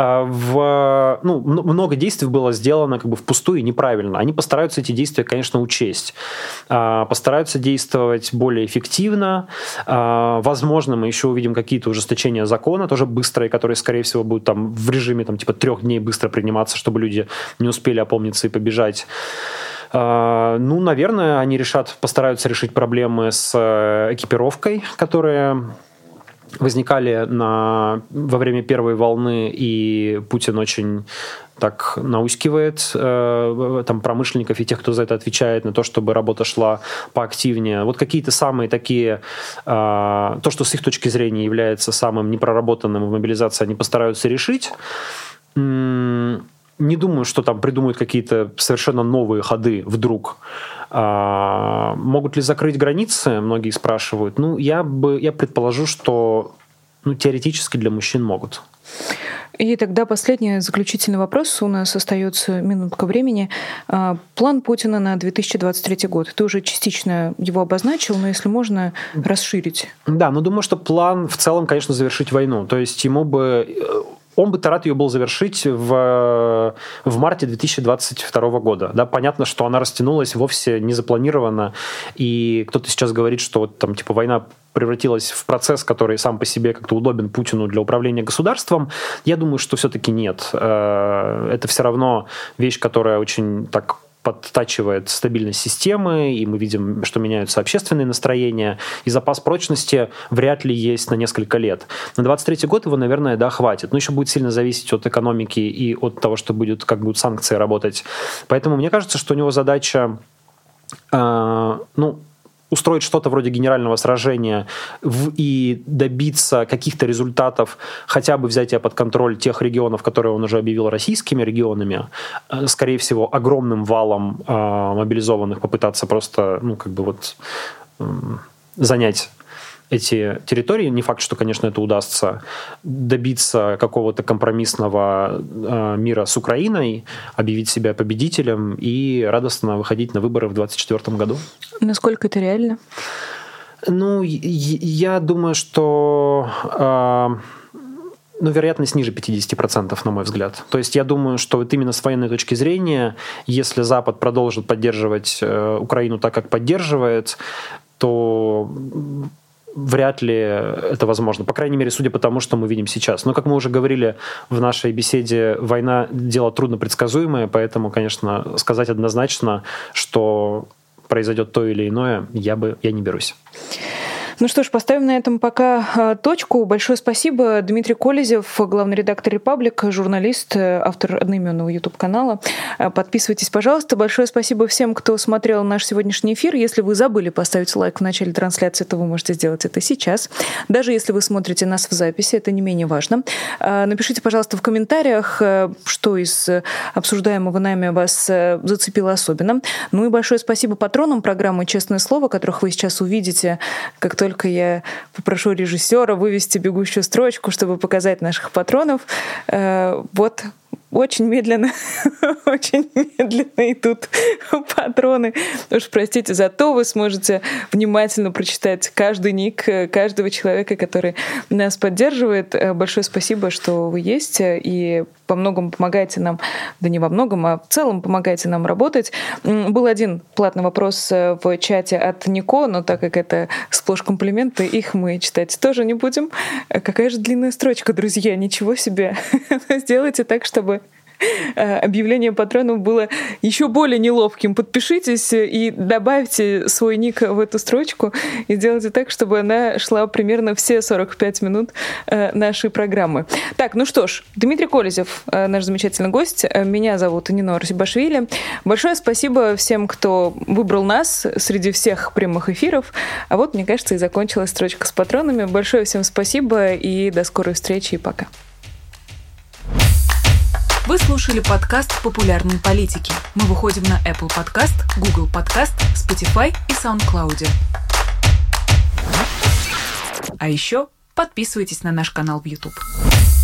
в, ну, много действий было сделано как бы впустую и неправильно. Они постараются эти действия, конечно, учесть. Постараются действовать более эффективно. Возможно, мы еще увидим какие-то ужесточения закона, тоже быстрые, которые, скорее всего, будут там в режиме там, типа трех дней быстро приниматься, чтобы люди не успели опомниться и побежать. Ну, наверное, они решат, постараются решить проблемы с экипировкой, которая возникали на, во время первой волны, и Путин очень так наускивает э, там, промышленников и тех, кто за это отвечает, на то, чтобы работа шла поактивнее. Вот какие-то самые такие, э, то, что с их точки зрения является самым непроработанным в мобилизации, они постараются решить. М- не думаю, что там придумают какие-то совершенно новые ходы вдруг. А, могут ли закрыть границы, многие спрашивают. Ну, я бы, я предположу, что ну, теоретически для мужчин могут. И тогда последний заключительный вопрос. У нас остается минутка времени. План Путина на две тысячи двадцать третий год. Ты уже частично его обозначил, но если можно, расширить. Да, но думаю, что план в целом, конечно, завершить войну. То есть ему бы... Он бы рад ее был завершить в, в марте две тысячи двадцать второго года. Да, понятно, что она растянулась вовсе не запланированно. И кто-то сейчас говорит, что вот там типа война превратилась в процесс, который сам по себе как-то удобен Путину для управления государством. Я думаю, что все-таки нет. Это все равно вещь, которая очень так подтачивает стабильность системы, и мы видим, что меняются общественные настроения, и запас прочности вряд ли есть на несколько лет. На двадцать третий год его, наверное, да, хватит. Но еще будет сильно зависеть от экономики и от того, что будет, как будут санкции работать. Поэтому мне кажется, что у него задача, э, ну, устроить что-то вроде генерального сражения в, и добиться каких-то результатов, хотя бы взятия под контроль тех регионов, которые он уже объявил российскими регионами, э, скорее всего, огромным валом э, мобилизованных попытаться просто, ну, как бы вот э, занять эти территории. Не факт, что, конечно, это удастся. Добиться какого-то компромиссного э, мира с Украиной, объявить себя победителем и радостно выходить на выборы в двадцать четвёртом году. Насколько это реально? Ну, я думаю, что... Э, ну, вероятность ниже пятьдесят процентов, на мой взгляд. То есть я думаю, что вот именно с военной точки зрения, если Запад продолжит поддерживать э, Украину так, как поддерживает, то вряд ли это возможно. По крайней мере, судя по тому, что мы видим сейчас. Но, как мы уже говорили в нашей беседе, война – дело трудно предсказуемое, поэтому, конечно, сказать однозначно, что произойдет то или иное, я бы я не берусь. Ну что ж, поставим на этом пока точку. Большое спасибо. Дмитрий Колезев, главный редактор «Репаблик», журналист, автор одноименного YouTube-канала. Подписывайтесь, пожалуйста. Большое спасибо всем, кто смотрел наш сегодняшний эфир. Если вы забыли поставить лайк в начале трансляции, то вы можете сделать это сейчас. Даже если вы смотрите нас в записи, это не менее важно. Напишите, пожалуйста, в комментариях, что из обсуждаемого нами вас зацепило особенно. Ну и большое спасибо патронам программы «Честное слово», которых вы сейчас увидите, как только я попрошу режиссера вывести бегущую строчку, чтобы показать наших патронов. Вот очень медленно, очень медленно идут патроны. Уж простите, зато вы сможете внимательно прочитать каждый ник каждого человека, который нас поддерживает. Большое спасибо, что вы есть, и во многом помогаете нам, да не во многом, а в целом помогаете нам работать. Был один платный вопрос в чате от Нико, но так как это сплошь комплименты, их мы читать тоже не будем. Какая же длинная строчка, друзья, ничего себе. Сделайте так, чтобы объявление патронов было еще более неловким. Подпишитесь и добавьте свой ник в эту строчку и сделайте так, чтобы она шла примерно все сорок пять минут нашей программы. Так, ну что ж, Дмитрий Колезев, наш замечательный гость. Меня зовут Нина Арсибашвили. Большое спасибо всем, кто выбрал нас среди всех прямых эфиров. А вот, мне кажется, и закончилась строчка с патронами. Большое всем спасибо и до скорой встречи и пока. Вы слушали подкаст «Популярные политики». Мы выходим на Apple Podcast, Google Podcast, Spotify и SoundCloud. А еще подписывайтесь на наш канал в YouTube.